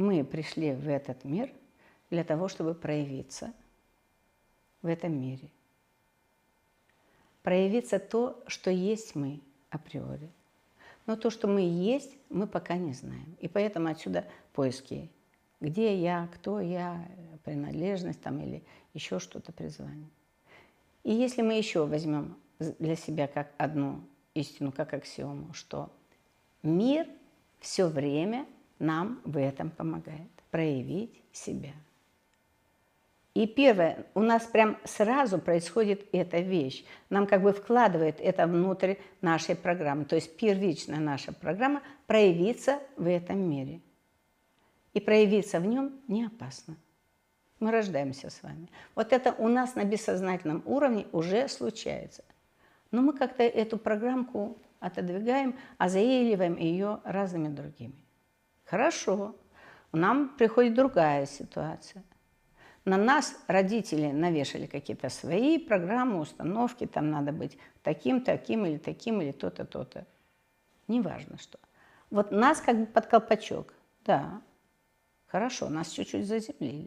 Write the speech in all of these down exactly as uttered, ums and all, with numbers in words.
мы пришли в этот мир для того, чтобы проявиться в этом мире. Проявиться то, что есть мы априори. Но то, что мы есть, мы пока не знаем. И поэтому отсюда поиски. Где я, кто я, принадлежность там или еще что-то, призвание. И если мы еще возьмем для себя как одну истину, как аксиому, что мир все время нам в этом помогает. Проявить себя. И первое, у нас прям сразу происходит эта вещь. Нам как бы вкладывает это внутрь нашей программы. То есть первичная наша программа проявиться в этом мире. И проявиться в нем не опасно. Мы рождаемся с вами. Вот это у нас на бессознательном уровне уже случается. Но мы как-то эту программку отодвигаем, а заеливаем ее разными другими. Хорошо. Нам приходит другая ситуация. На нас родители навешали какие-то свои программы, установки, там надо быть таким, таким или таким, или то-то, то-то. Неважно что. Вот нас как бы под колпачок. Да, хорошо, нас чуть-чуть заземлили.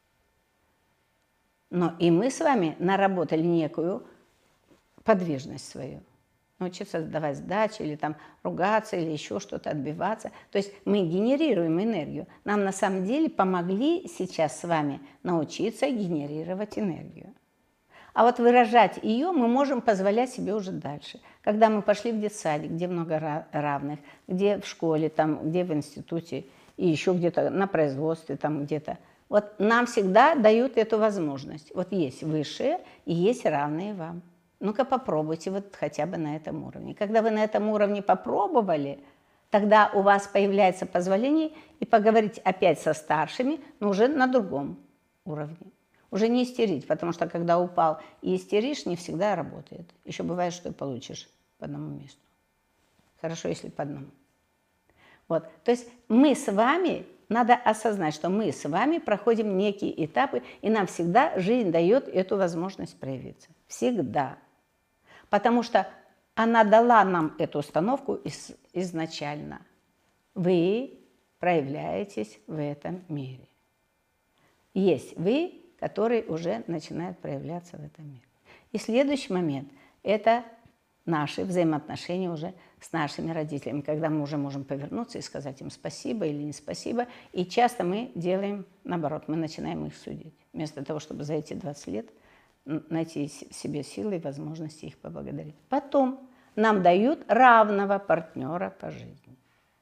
Но и мы с вами наработали некую подвижность свою. Научиться давать сдачи, или там ругаться, или еще что-то, отбиваться. То есть мы генерируем энергию. Нам на самом деле помогли сейчас с вами научиться генерировать энергию. А вот выражать ее мы можем позволять себе уже дальше. Когда мы пошли в детсадик, где много равных, где в школе, там, где в институте, и еще где-то на производстве, там где-то. Вот нам всегда дают эту возможность. Вот есть высшие и есть равные вам. Ну-ка попробуйте вот хотя бы на этом уровне. Когда вы на этом уровне попробовали, тогда у вас появляется позволение и поговорить опять со старшими, но уже на другом уровне. Уже не истерить, потому что когда упал и истеришь, не всегда работает. Еще бывает, что и получишь по одному месту. Хорошо, если по одному. Вот. То есть мы с вами, надо осознать, что мы с вами проходим некие этапы, и нам всегда жизнь дает эту возможность проявиться. Всегда. Потому что она дала нам эту установку изначально. Вы проявляетесь в этом мире. Есть вы, который уже начинает проявляться в этом мире. И следующий момент – это наши взаимоотношения уже с нашими родителями, когда мы уже можем повернуться и сказать им спасибо или не спасибо. И часто мы делаем наоборот, мы начинаем их судить, вместо того, чтобы за эти двадцать лет найти в себе силы и возможности их поблагодарить. Потом нам дают равного партнера по жизни.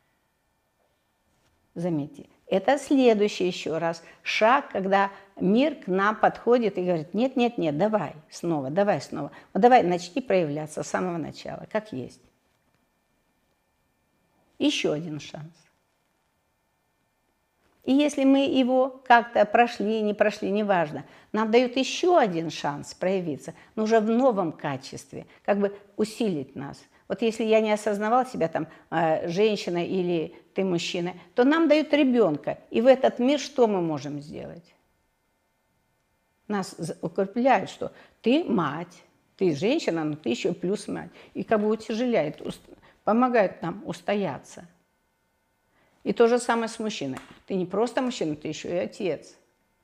Заметьте, это следующий еще раз шаг, когда мир к нам подходит и говорит: нет, нет, нет, давай снова, давай снова. Ну, давай, начни проявляться с самого начала, как есть. Еще один шанс. И если мы его как-то прошли, не прошли, неважно, нам дают еще один шанс проявиться, но уже в новом качестве, как бы усилить нас. Вот если я не осознавал себя там э, женщина или ты мужчина, то нам дают ребенка. И в этот мир что мы можем сделать? Нас укрепляют, что ты мать, ты женщина, но ты еще плюс мать. И как бы утяжеляет, помогает нам устояться. И то же самое с мужчиной. Ты не просто мужчина, ты еще и отец.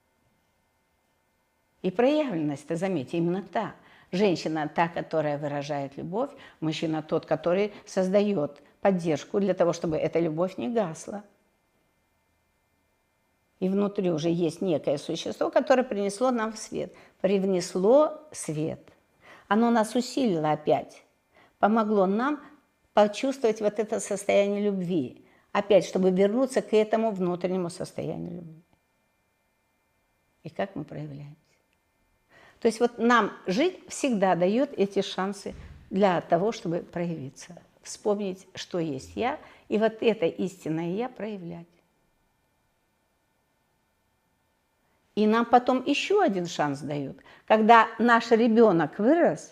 И проявленность-то, заметьте, именно та. Женщина та, которая выражает любовь, мужчина тот, который создает поддержку для того, чтобы эта любовь не гасла. И внутри уже есть некое существо, которое принесло нам свет. Привнесло свет. Оно нас усилило опять. Помогло нам почувствовать вот это состояние любви. Опять, чтобы вернуться к этому внутреннему состоянию любви. И как мы проявляемся. То есть вот нам жить всегда дает эти шансы для того, чтобы проявиться. Вспомнить, что есть я, и вот это истинное я проявлять. И нам потом еще один шанс дают. Когда наш ребенок вырос,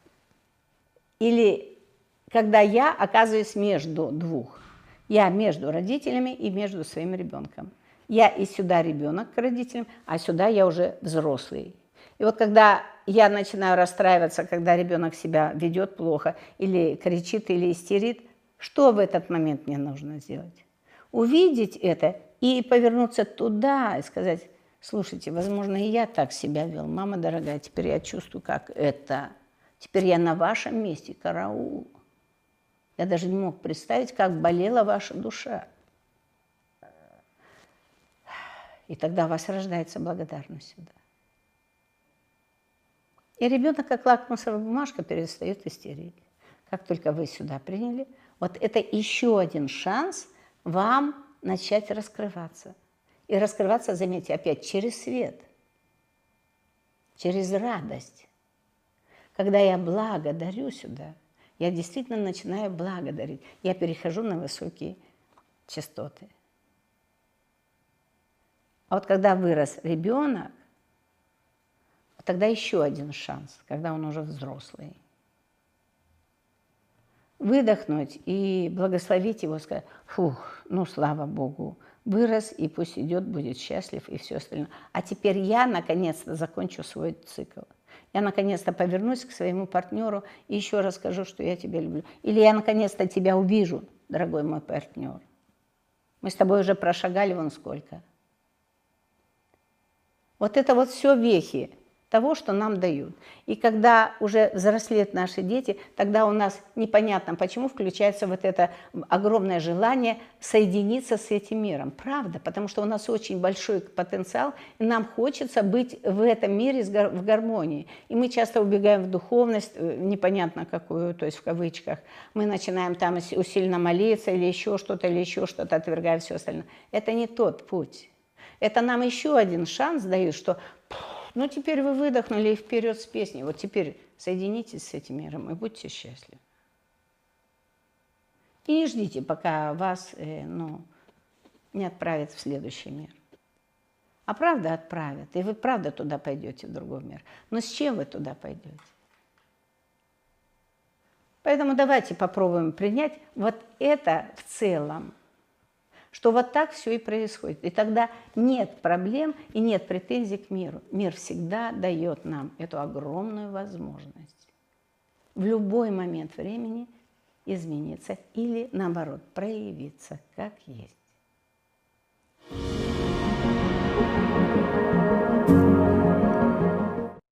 или когда я оказываюсь между двух. Я между родителями и между своим ребенком. Я и сюда ребенок к родителям, а сюда я уже взрослый. И вот когда я начинаю расстраиваться, когда ребенок себя ведет плохо, или кричит, или истерит, что в этот момент мне нужно сделать? Увидеть это И повернуться туда и сказать: слушайте, возможно, и я так себя вел. Мама дорогая, теперь я чувствую, как это. Теперь я на вашем месте, караул. Я даже не мог представить, как болела ваша душа. И тогда у вас рождается благодарность сюда. И ребенок, как лакмусовая бумажка, перестает истерить. Как только вы сюда приняли, вот это еще один шанс вам начать раскрываться. И раскрываться, заметьте, опять через свет, через радость. Когда я благодарю сюда, я действительно начинаю благодарить. Я перехожу на высокие частоты. А вот когда вырос ребенок, тогда еще один шанс, когда он уже взрослый. Выдохнуть и благословить его, сказать: фух, ну слава Богу, вырос, и пусть идет, будет счастлив и все остальное. А теперь я наконец-то закончу свой цикл. Я наконец-то повернусь к своему партнеру и еще раз скажу, что я тебя люблю. Или я наконец-то тебя увижу, дорогой мой партнер. Мы с тобой уже прошагали вон сколько. Вот это вот все вехи того, что нам дают. И когда уже взрослеют наши дети, тогда у нас непонятно, почему включается вот это огромное желание соединиться с этим миром. Правда, потому что у нас очень большой потенциал, и нам хочется быть в этом мире в гармонии. И мы часто убегаем в духовность, непонятно какую, то есть в кавычках. Мы начинаем там усиленно молиться или еще что-то, или еще что-то, отвергая все остальное. Это не тот путь. Это нам еще один шанс дают, что ну теперь вы выдохнули и вперед с песней. Вот теперь соединитесь с этим миром и будьте счастливы. И не ждите, пока вас э, ну, не отправят в следующий мир. А правда отправят, и вы правда туда пойдете, в другой мир. Но с чем вы туда пойдете? Поэтому давайте попробуем принять вот это в целом. Что вот так все и происходит. И тогда нет проблем и нет претензий к миру. Мир всегда дает нам эту огромную возможность в любой момент времени измениться или, наоборот, проявиться как есть.